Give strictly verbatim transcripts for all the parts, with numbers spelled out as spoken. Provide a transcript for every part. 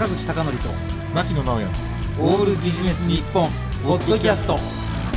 坂口孝則と牧野直哉オールビジネス日本ポッドキャスト。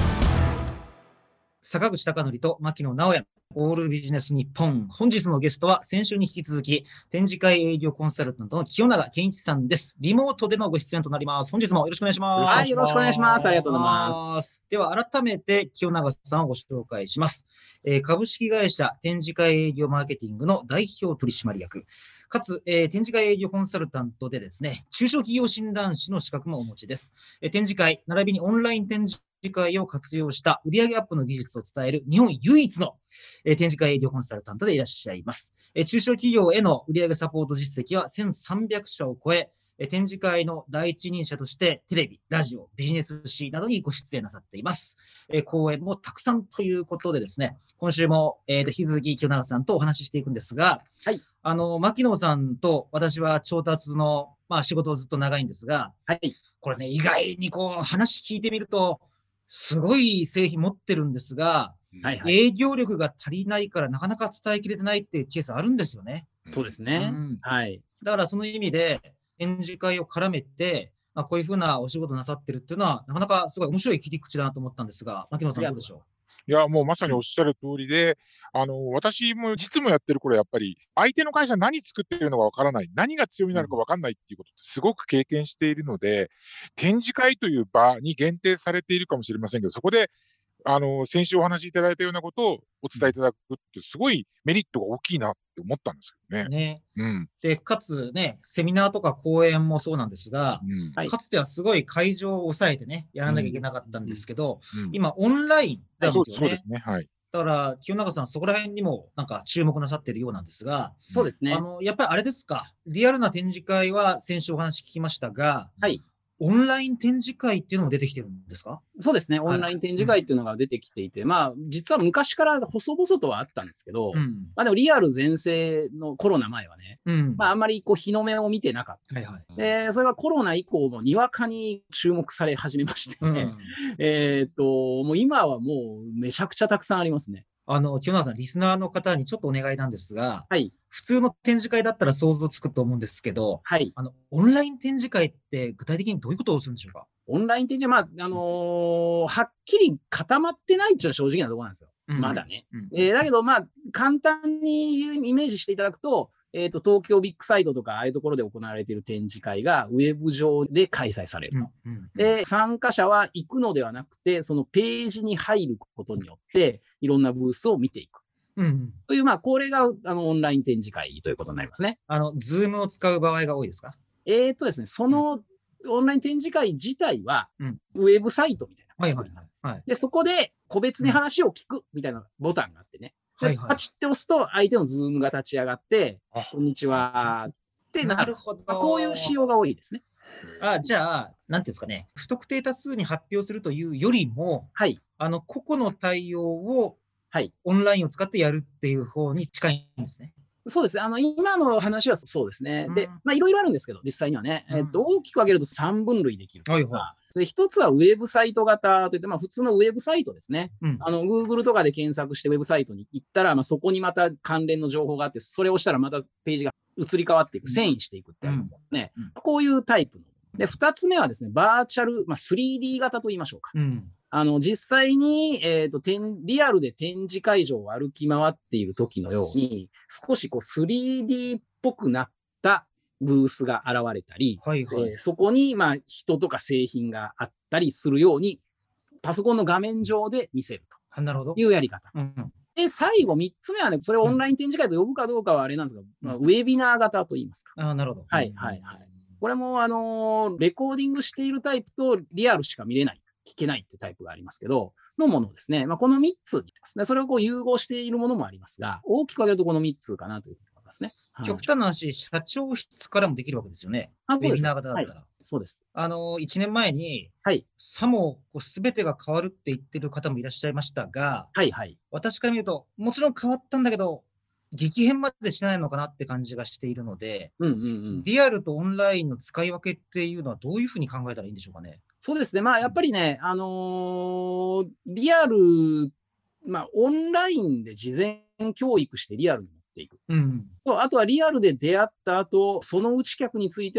坂口孝則と牧野直哉オールビジネス日本。本日のゲストは先週に引き続き展示会営業コンサルタントの清永健一さんです。リモートでのご出演となります。本日もよろしくお願いします。 はい、よろしくお願いします。ありがとうございます。 では改めて清永さんをご紹介します。えー、株式会社展示会営業マーケティングの代表取締役かつ、えー、展示会営業コンサルタントでですね、中小企業診断士の資格もお持ちです。えー、展示会並びにオンライン展示会を活用した売上アップの技術を伝える日本唯一の、えー、展示会営業コンサルタントでいらっしゃいます。えー、中小企業への売上サポート実績はせんさんびゃくしゃを超え、えー、展示会の第一人者としてテレビ、ラジオ、ビジネス誌などにご出演なさっています。えー、講演もたくさんということでですね、今週も、えー、引き続き清永さんとお話ししていくんですが、 はい、 あの牧野さんと私は調達の、まあ、仕事をずっと長いんですが、 はい、 これね、意外にこう話聞いてみるとすごい製品持ってるんですが、はいはい、営業力が足りないからなかなか伝えきれてないっていうケースあるんですよね。 そうですね、うん、はい。 だからその意味で展示会を絡めて、まあ、こういうふうなお仕事なさってるっていうのはなかなかすごい面白い切り口だなと思ったんですが、牧野さんどうでしょう。 いや、もうまさにおっしゃる通りで、あの、私も実務やってる頃やっぱり、相手の会社何作ってるのかわからない、何が強みなのかわかんないっていうことってすごく経験しているので、展示会という場に限定されているかもしれませんけど、そこで、あの、先週お話しいただいたようなことをお伝えいただくってすごいメリットが大きいなって思ったんですけどね。 ね、 うん、 で、かつね、セミナーとか講演もそうなんですが、うん、かつてはすごい会場を抑えてね、やらなきゃいけなかったんですけど、うんうん、今オンラインなんですよね。 そうですね。はい。 だから、清永さん、そこら辺にもなんか注目なさっているようなんですが、 そうですね。 あの、やっぱりあれですか、リアルな展示会は先週お話聞きましたが、 はい。 オンライン展示会っていうのも出てきてるんですか？ そうですね。オンライン展示会っていうのが出てきていて、はい、まあ、実は昔から細々とはあったんですけど、うん、まあでもリアル全盛のコロナ前はね、うん、まああんまりこう日の目を見てなかった。はいはい、で、それがコロナ以降もにわかに注目され始めまして、うん、えっと、もう今はもうめちゃくちゃたくさんありますね。 あの、清永さん、リスナーの方にちょっとお願いなんですが、 はい、 普通の展示会だったら想像つくと思うんですけど、 はい、 あのオンライン展示会って具体的にどういうことをするんでしょうか？ オンライン展示、まあ、あのー、はっきり固まってないっていうのは正直なところなんですよ。うん、まだね。うん、えー、だけど、まあ、簡単にイメージしていただくと、えっと、東京ビッグサイトとか、ああいうところで行われている展示会がウェブ上で開催されると。うんうんうん、で、参加者は行くのではなくて、そのページに入ることによって、いろんなブースを見ていく。うんうん、という、まあ、これがあのオンライン展示会ということになりますね。 あの、ズームを使う場合が多いですか？ えっとですね、その、うんオンライン展示会自体は、ウェブサイトみたいなのを作り、はいはいはい、で、そこで個別に話を聞くみたいなボタンがあってね。で、はいはい、パチって押すと相手のズームが立ち上がって、こんにちはってなる。 なるほど。 こういう仕様が多いですね。 あ、じゃあ、なんていうんですかね、不特定多数に発表するというよりも、はい、あの、個々の対応を、はい、オンラインを使ってやるっていう方に近いんですね。 そうですね。あの、今の話はそうですね。うん、で、まあ、いろいろあるんですけど、実際にはね、うん、えっと、大きく分けるとさんぶん類できるというか、はいはい、で一つはウェブサイト型といって、まあ、普通のウェブサイトですね。うん、あの、Google とかで検索してウェブサイトに行ったら、まあ、そこにまた関連の情報があって、それを押したらまたページが移り変わっていく、遷移していくってありますよね。うんうん、こういうタイプの。で、二つ目はですね、バーチャル、まあ、スリーディー 型と言いましょうか。うんあの、実際に、えっと、リアルで展示会場を歩き回っている時のように、少しこう スリーディー っぽくなったブースが現れたり、はいはいえー、そこに、まあ、人とか製品があったりするように、パソコンの画面上で見せるというやり方。うんうん、で、最後、三つ目はね、それをオンライン展示会と呼ぶかどうかはあれなんですが、うんまあ、ウェビナー型と言いますか。 あ、なるほど。 はい、はい、はい。これも、あのー、レコーディングしているタイプとリアルしか見れない。聞けないっていうタイプがありますけど、のものですね。まあ、このみっつですね。それをこう融合しているものもありますが、大きく分けるとこのみっつかなというふうに思いますね。 はい、極端な話、社長室からもできるわけですよね。 あ、そうです。 ウェビナー型だったら。 はい、そうです。 あの、いちねんまえに、はい、さもすべてが変わるって言ってる方もいらっしゃいましたが、 はいはい。 私から見ると、もちろん変わったんだけど、激変までしないのかなって感じがしているので、うんうんうん、リアルとオンラインの使い分けっていうのはどういうふうに考えたらいいんでしょうかね。 そうですね。まあ、やっぱりね、あのー、リアル、まあ、オンラインで事前教育してリアルに持っていく。うん、あとはリアルで出会った後、その内客については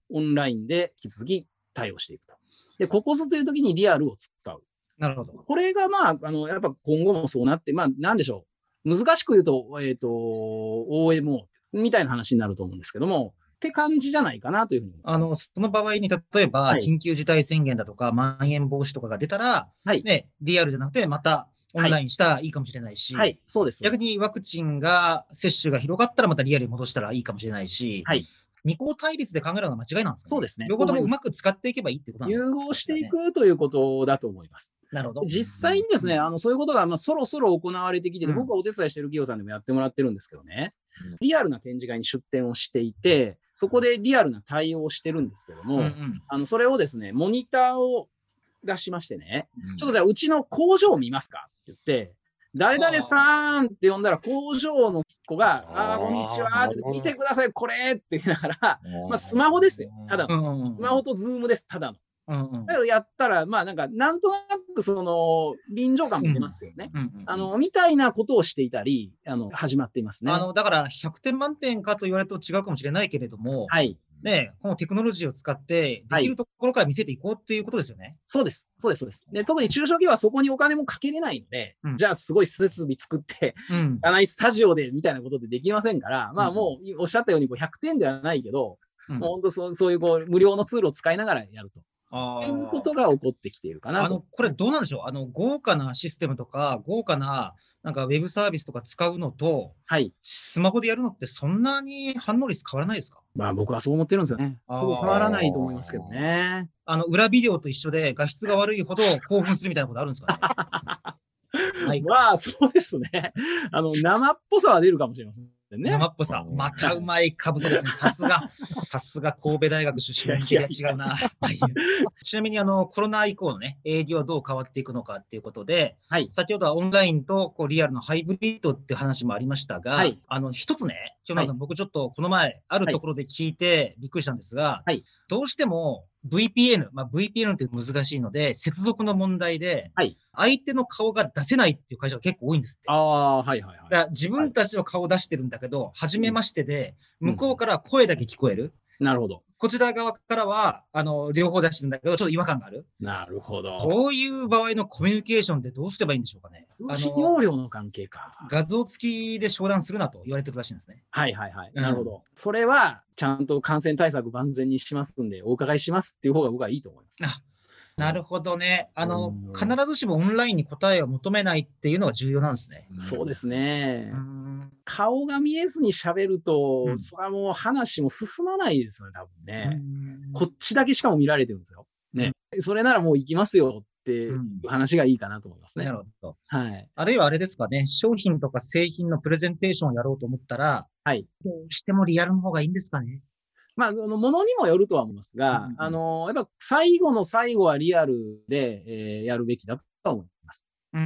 オンラインで引き続き対応していくと。で、ここぞという時にリアルを使う。 なるほど。 これがまあ、あの、やっぱ今後もそうなって、まあ、なんでしょう。難しく言うと、えっと、オーエムオー みたいな話になると思うんですけども、って感じじゃないかなというふうに。 あの、その場合に、例えば、はい、緊急事態宣言だとか、まん延防止とかが出たら、はい、ね、リアルじゃなくて、またオンラインしたらいいかもしれないし、 はい、はい、そうです。 逆にワクチンが、接種が広がったら、またリアルに戻したらいいかもしれないし、はい。二項対立で考えるのが間違いなんですかね。 そうですね。 両方ともうまく使っていけばいいってことなんですかね。 融合していくということだと思います。 なるほど。 実際にですね、あの、そういうことが、まあ、そろそろ行われてきてて、うん、僕がお手伝いしている企業さんでもやってもらってるんですけどね、うん、リアルな展示会に出展をしていて、そこでリアルな対応をしてるんですけども、うんうん、あの、それをですね、モニターを出しましてね、うん、ちょっとじゃあうちの工場を見ますかって言って、誰々さんって呼んだら工場の子が、ああ、こんにちはって、見てください、これって言いながら、まあスマホですよ。ただの。スマホとズームです、ただの。うんうん、だからやったら、まあなんか、なんとなくその、臨場感も出ますよね。うんうんうん、あの、みたいなことをしていたり、あの、始まっていますね。 あの、だからひゃくてん満点かと言われると違うかもしれないけれども、はい。ね、このテクノロジーを使ってできるところから見せていこうっていうことですよね。はい、 そうです。そうです。そうです。で、特に中小企業はそこにお金もかけれないので、うん、じゃあすごい設備作って、うん、社内スタジオでみたいなことでできませんから、うん、まあもうおっしゃったようにこうひゃくてんではないけど、うん、もう本当そう、そういうこう無料のツールを使いながらやると。あということが起こってきているかなと。 あの、これどうなんでしょう。あの、豪華なシステムとか、豪華な、なんかウェブサービスとか使うのと、はい。スマホでやるのってそんなに反応率変わらないですか？ まあ僕はそう思ってるんですよね。ほぼ変わらないと思いますけどね。 あの、裏ビデオと一緒で画質が悪いほど興奮するみたいなことあるんですかね？はいまあそうですね。あの、生っぽさは出るかもしれません。ね、 生っぽさ。またうまいかぶせですね。さすが。さすが神戸大学出身。いや違うな。ちなみにあの、コロナ以降のね、営業はどう変わっていくのかっていうことで、はい、先ほどはオンラインとこうリアルのハイブリッドって話もありましたが、はい、あの、一つね、清永さん、はい、僕ちょっとこの前、あるところで聞いてびっくりしたんですが、はい、どうしても ブイピーエヌ、まあ、ブイピーエヌ って難しいので、接続の問題で、はい、相手の顔が出せないっていう会社が結構多いんですって。 ああ、はいはいはい。 だから自分たちの顔を出してるんだけど、初めましてで、向こうから声だけ聞こえる。 なるほど。 こちら側からは、あの、両方出してるんだけど、ちょっと違和感がある。 なるほど。 こういう場合のコミュニケーションってどうすればいいんでしょうかね。 通信容量の関係か。 画像付きで商談するなと言われてるらしいんですね。 はいはいはい。うん、なるほど。それは、ちゃんと感染対策万全にしますんで、お伺いしますっていう方が僕はいいと思います。 あ、なるほどね。あの、必ずしもオンラインに答えを求めないっていうのが重要なんですね。 そうですね。顔が見えずに喋ると、うん、それはもう話も進まないですよね、多分ね。こっちだけしかも見られてるんですよ。ね。うん、それならもう行きますよっていう話がいいかなと思いますね。 なるほど。 はい。 あるいはあれですかね、商品とか製品のプレゼンテーションをやろうと思ったら、はい。どうしてもリアルの方がいいんですかね。 まあ、あの、ものにもよるとは思いますが、うんうん、あの、やっぱ最後の最後はリアルで、えー、やるべきだと思います。うん。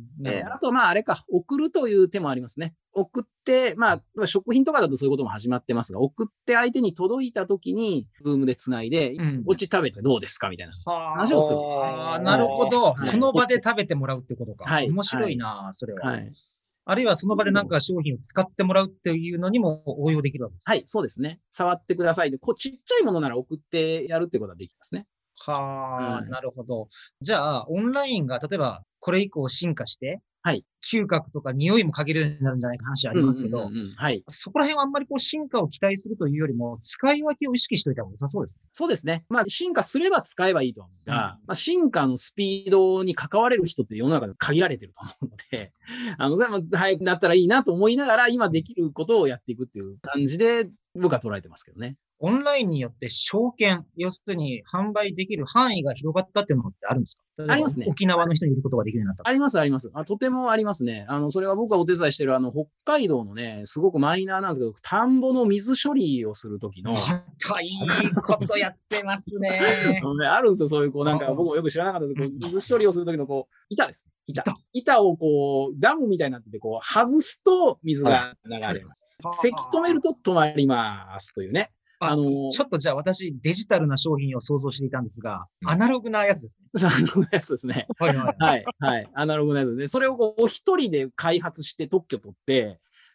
えー、あと、まあ、あれか、送るという手もありますね。送って、まあ、食品とかだとそういうことも始まってますが、送って相手に届いたときに、ズームで繋いで、うん、お家食べてどうですかみたいな話をする。 ああ、なるほど、はい。その場で食べてもらうってことか。はい。面白いな、はい、それは。はい。あるいはその場でなんか商品を使ってもらうっていうのにも応用できるわけですか？ はい、そうですね。触ってくださいで、こうちっちゃいものなら送ってやるってことはできますね。 はあ、うん、なるほど。じゃあ、オンラインが例えばこれ以降進化して、はい。嗅覚とか匂いも嗅げるようになるんじゃないか話ありますけど、はい。そこら辺はあんまりこう進化を期待するというよりも、使い分けを意識しておいた方が良さそうですね。 そうですね。まあ、進化すれば使えばいいと思うが、うん、まあ、進化のスピードに関われる人って世の中で限られてると思うので、あの、それも早くなったらいいなと思いながら、今できることをやっていくっていう感じで、僕は捉えてますけどね。 オンラインによって証券、要するに販売できる範囲が広がったっていうのってあるんですか？ ありますね。 沖縄の人に売ることができるようになった。 あります、あります。あ、とてもありますね。あの、それは僕がお手伝いしてるあの、北海道のね、すごくマイナーなんですけど、田んぼの水処理をするときの。またいいことやってますね。 あるんですよ、そういう、こう、なんか僕もよく知らなかったけど、水処理をするときのこう、板です。板。板をこう、ダムみたいになってて、こう、外すと水が流れます。せき止めると止まりますというね。 あのー、ちょっとじゃあ私デジタルな商品を想像していたんですが、うん、アナログなやつですね。 アナログなやつですね。はいはい。はい。はい。アナログなやつで、それをこうお一人で開発して特許取って、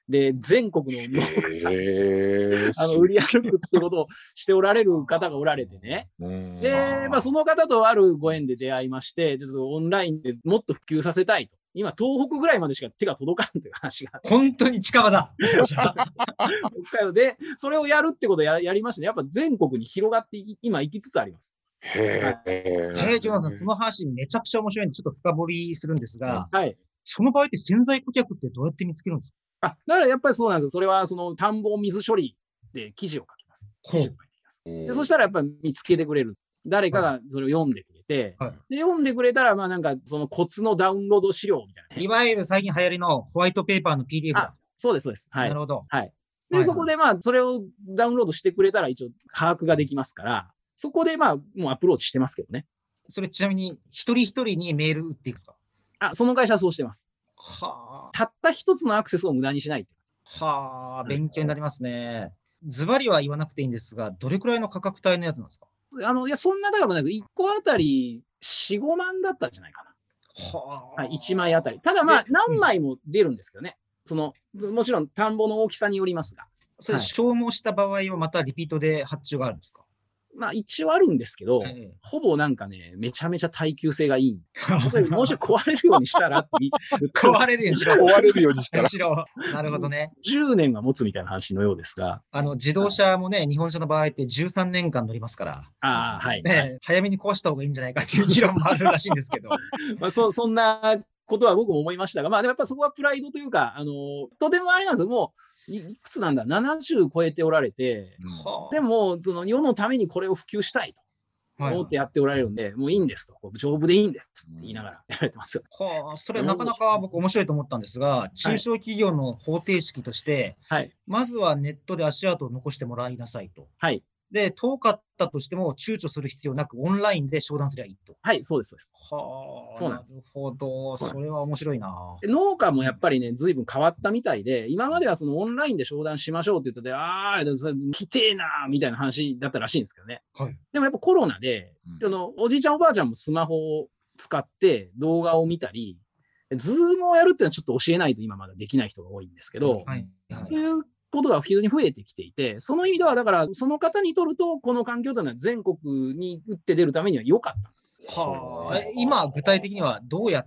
で、全国の農家さん、あの売り歩くってことをしておられる方がおられてね。で、まあ、その方とあるご縁で出会いまして、ちょっとオンラインでもっと普及させたいと。今、東北ぐらいまでしか手が届かんという話が。 本当に近場だ。 北海道で、それをやるってことを や, やりましてね、やっぱ全国に広がって今行きつつあります。 へえ。はい、清永さん、その話めちゃくちゃ面白いんで、ちょっと深掘りするんですが、 はい。 その場合って潜在顧客ってどうやって見つけるんですか？ あ、だからやっぱりそうなんですよ。それはその田んぼ水処理で記事を書きます。記事を書いてきます。で、そしたらやっぱり見つけてくれる。誰かがそれを読んでくれて、はい、で、読んでくれたら、まあなんかそのコツのダウンロード資料みたいな、ね。 いわゆる最近流行りのホワイトペーパーの ピーディーエフ だ。 そうです、そうです。はい。 なるほど。 はい。で、はいはい、そこでまあそれをダウンロードしてくれたら一応把握ができますから、そこでまあもうアプローチしてますけどね。 それちなみに一人一人にメール打っていくんですか？ あ、その会社はそうしてます。 はあ。 たった一つのアクセスを無駄にしないって。 はあ、勉強になりますね。ズバリは言わなくていいんですが、どれくらいの価格帯のやつなんですか？ あの、いや、そんな高くないです。いっこあたりよん、ごまんだったんじゃないかな。 はあ。はい、いちまいあたり。ただまあ、何枚も出るんですけどね。その、もちろん田んぼの大きさによりますが。 それ、消耗した場合はまたリピートで発注があるんですか？ まあ一応あるんですけど、ええ、ほぼなんかね、めちゃめちゃ耐久性がいい。もうちょい壊れるようにしたらって壊れるようにしろ。 壊れるようにしたら。 しろ。なるほどね。 じゅうねんは持つみたいな話のようですが。 あの、自動車もね、日本車の場合ってじゅうさんねんかん乗りますから。 ああ、はい。 ね、はい、早めに壊した方がいいんじゃないかっていう議論もあるらしいんですけど。 まあそ、そんなことは僕も思いましたが、まあでもやっぱそこはプライドというか、あの、とてもあれなんですよ。もう、いくつなんだ ?ななじゅう 超えておられて、うん、でも、その世のためにこれを普及したいと思ってやっておられるんで、はいはい、もういいんですと、丈夫でいいんですって言いながらやられてますよ。 はあ、それはなかなか僕面白いと思ったんですが、中小企業の方程式として、はい、まずはネットで足跡を残してもらいなさいと。はい。で、遠かったとしても躊躇する必要なく、オンラインで商談すればいいと。 はい、そうです、そうです。 はあ、そうなんです。なるほど。それは面白いな。 農家もやっぱりね、随分変わったみたいで、今まではそのオンラインで商談しましょうって言ってて、ああ、きてえなみたいな話だったらしいんですけどね。はい。でもやっぱコロナで、うん、あのおじいちゃんおばあちゃんもスマホを使って動画を見たり、ズームをやるっていうのはちょっと教えないと今まだできない人が多いんですけど、はい。はい、いうことが非常に増えてきていて、その意味ではだからその方にとるとこの環境というのは全国に打って出るためには良かった。 はあ、今具体的にはどうやって、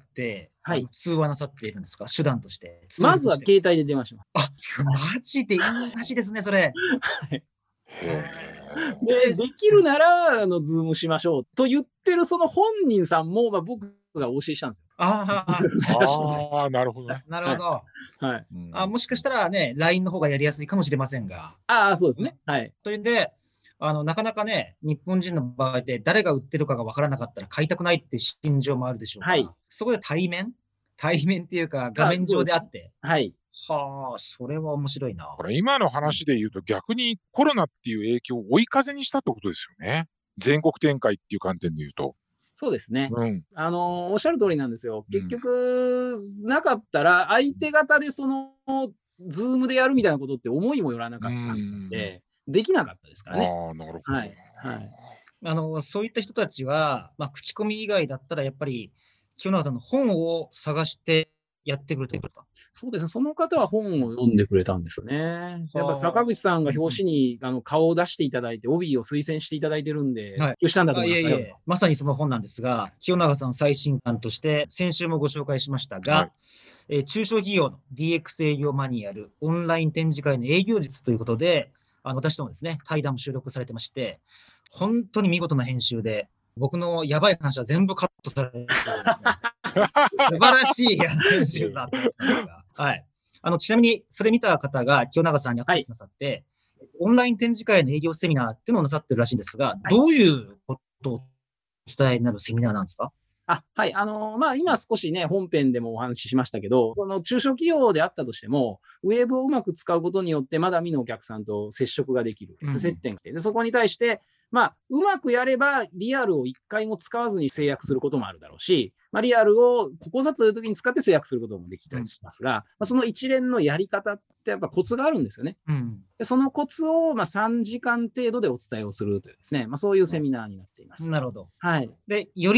はい、通話なさっているんですか？手段として。 まずは携帯で電話します。 あ、マジでいい話ですね、それ。はい。 で、できるなら、あの、ズームしましょうと言ってるその本人さんも、まあ、僕がお教えしたんですよ。 ああ、なるほどね。 なるほど。はい。はい、 うん、 あ、もしかしたらね、ライン の方がやりやすいかもしれませんが。 ああ、そうですね。はい。 それで、あの、なかなかね、日本人の場合で誰が売ってるかが分からなかったら買いたくないっていう心情もあるでしょうから、はい、そこで対面対面っていうか画面上であって。 はい。 はあ、それは面白いな。 これ今の話で言うと逆にコロナっていう影響を追い風にしたってことですよね。全国展開っていう観点で言うと。 そうですね。 うん、 あの、おっしゃる通りなんですよ。結局、うん、なかったら相手方でその、ズームでやるみたいなことって思いもよらなかったので、うん、できなかったですからね。 ああ、なるほど。 はい。はい。 あの、そういった人たちは、まあ、口コミ以外だったらやっぱり、清永さんの本を探してやってくるということか。 そうですね。その方は本を読んでくれたんですよね。やっぱ坂口さんが表紙に、うん、あの顔を出していただいて、帯を推薦していただいてるんで、はい、普及したんだと思います。いやいやまさにその本なんですが、清永さん最新刊として、先週もご紹介しましたが、はい、えー、中小企業の ディーエックス 営業マニュアル、オンライン展示会の営業術ということで、あの私ともですね、対談も収録されてまして、本当に見事な編集で、僕のやばい話は全部カットされてるんですね。素晴らしい編集だったんですが。はい。あの、ちなみに、それ見た方が清永さんにアクセスなさって、はい、オンライン展示会の営業セミナーっていうのをなさってるらしいんですが、はい、どういうことをお伝えになるセミナーなんですか？ あ、はい。あのー、まあ、今少しね、本編でもお話ししましたけど、その中小企業であったとしても、ウェブをうまく使うことによって、まだ見ぬお客さんと接触ができる。うん、接点がで、そこに対して、まあ、うまくやれば、リアルを一回も使わずに制約することもあるだろうし、まあ、リアルをここぞという時に使って制約することもできたりしますが、うん、まあ、その一連のやり方ってやっぱコツがあるんですよね。うん、でそのコツをまあさんじかん程度でお伝えをするというですね、まあ、そういうセミナーになっています。 なるほど。 はい。 で、より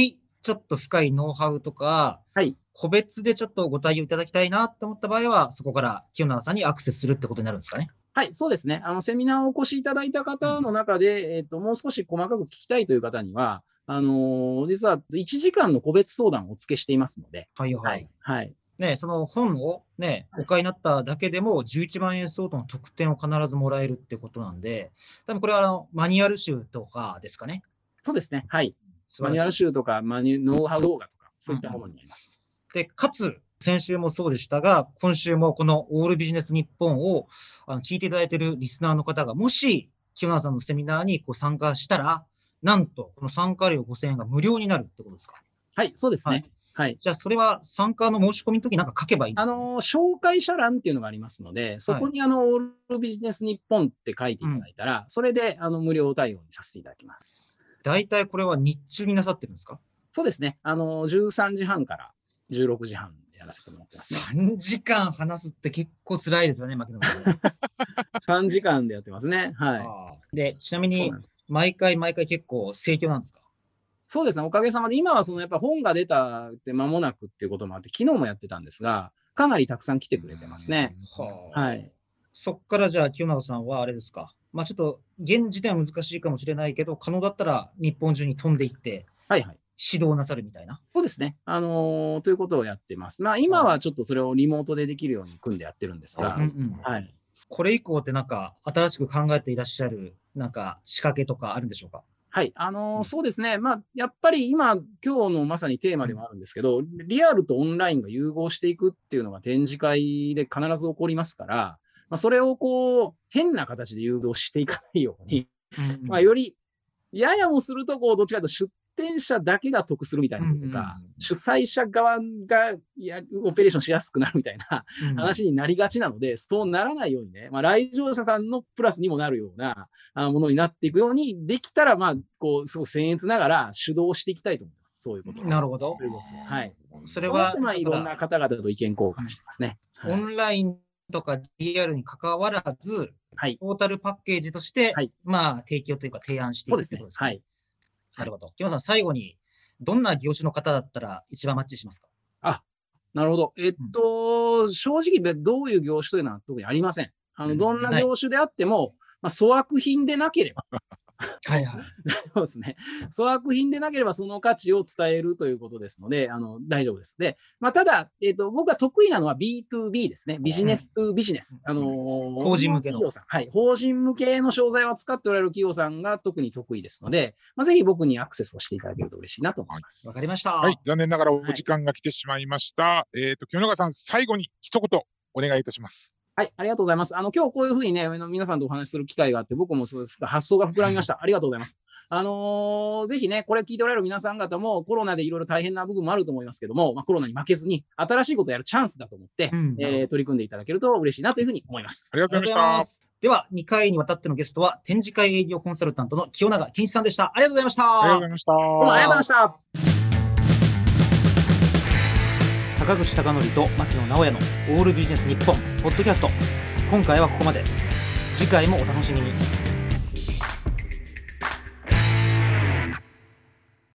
ちょっと深いノウハウとか、 はい、 個別でちょっとご対応いただきたいなと思った場合は、そこから清永さんにアクセスするってことになるんですかね。 はい、そうですね。あの、セミナーをお越しいただいた方の中で、うん、えっと、もう少し細かく聞きたいという方には、あのー、実はいちじかんの個別相談をお付けしていますので。 はいはい。はい。 はい、 ね、その本をね、お買いになっただけでもじゅういちまんえん相当の特典を必ずもらえるってことなんで、多分これはあのマニュアル集とかですかね。 そうですね。はい。マニュアル集とか、マニュノウハウ動画とか、そういったものになります。 うん、で、かつ、先週もそうでしたが、今週もこのオールビジネス日本をあの聞いていただいているリスナーの方が、もし、清永さんのセミナーにこう参加したら、なんと、この参加料ごせんえんが無料になるってことですか？ はい、そうですね。はいはい。 じゃあ、それは参加の申し込みの時に何か書けばいいんですか？ あの、紹介者欄っていうのがありますので、そこにあの、はい、オールビジネス日本って書いていただいたら、うん、それであの無料対応にさせていただきます。 大体これは日中になさってるんですか？ そうですね。あの、じゅうさんじはんからじゅうろくじはんでやらせてもらってます、ね。 さんじかん話すって結構辛いですよね、牧野さん。 さんじかんでやってますね。はい。 で、ちなみに、毎回毎回結構盛況なんですか？ そうですね。おかげさまで、今はそのやっぱ本が出たって間もなくっていうこともあって、昨日もやってたんですが、かなりたくさん来てくれてますね。はあ、はい。 そっからじゃあ、清永さんはあれですか。まあちょっと、現時点は難しいかもしれないけど、可能だったら日本中に飛んでいって、 はいはい。 指導なさるみたいな。 そうですね。あのー、ということをやってます。まあ今はちょっとそれをリモートでできるように組んでやってるんですが、うんうん、はい。 これ以降ってなんか新しく考えていらっしゃるなんか仕掛けとかあるんでしょうか？ はい。あのーうん、そうですね。まあ、やっぱり今、今日のまさにテーマでもあるんですけど、リアルとオンラインが融合していくっていうのが展示会で必ず起こりますから、まあ、それをこう、変な形で誘導していかないように、うんうん、まあ、より、ややもすると、こう、どっちかというと出店者だけが得するみたいなとか、うんうん、主催者側がやオペレーションしやすくなるみたいな話になりがちなので、そうならないようにね、まあ、来場者さんのプラスにもなるようなものになっていくようにできたら、まあ、こう、すごく僭越ながら主導していきたいと思います。そういうこと。 なるほど。 はい。 それは、 まあ、いろんな方々と意見交換してますね。 はい、オンラインとかリアルに関わらず、はい、トータルパッケージとして、はい、まあ、提供というか提案していくってことですか？そうですね。はい。なるほど。清永さん、最後に、どんな業種の方だったら一番マッチしますか？ あ、なるほど。えっと、うん、正直、どういう業種というのは特にありません。あの、どんな業種であっても、うん、まあ、粗悪品でなければ。 はいはい。 そうですね。粗悪品でなければその価値を伝えるということですので、あの、大丈夫です。で、まあ、ただ、えっと、僕が得意なのは ビーツービー ですね。ビジネストゥビジネス。あのー、 法人向けの。 企業さん。はい。法人向けの商材を使っておられる企業さんが特に得意ですので、まあ、ぜひ僕にアクセスをしていただけると嬉しいなと思います。 わかりました。 はい。残念ながらお時間が来てしまいました。はい、えっと、清永さん、最後に一言お願いいたします。 はい、ありがとうございます。あの、今日こういうふうにね、皆さんとお話しする機会があって、僕もそうですが、発想が膨らみました。ありがとうございます。あのー、ぜひね、これ聞いておられる皆さん方も、コロナでいろいろ大変な部分もあると思いますけども、まあ、コロナに負けずに、新しいことをやるチャンスだと思って、うん、えー、取り組んでいただけると嬉しいなというふうに思います。 ありがとうございました。 では、にかいにわたってのゲストは、展示会営業コンサルタントの清永健一さんでした。ありがとうございました。 ありがとうございました。どうもありがとうございました。 坂口孝則と牧野直哉のオールビジネス日本ポッドキャスト。今回はここまで。次回もお楽しみに。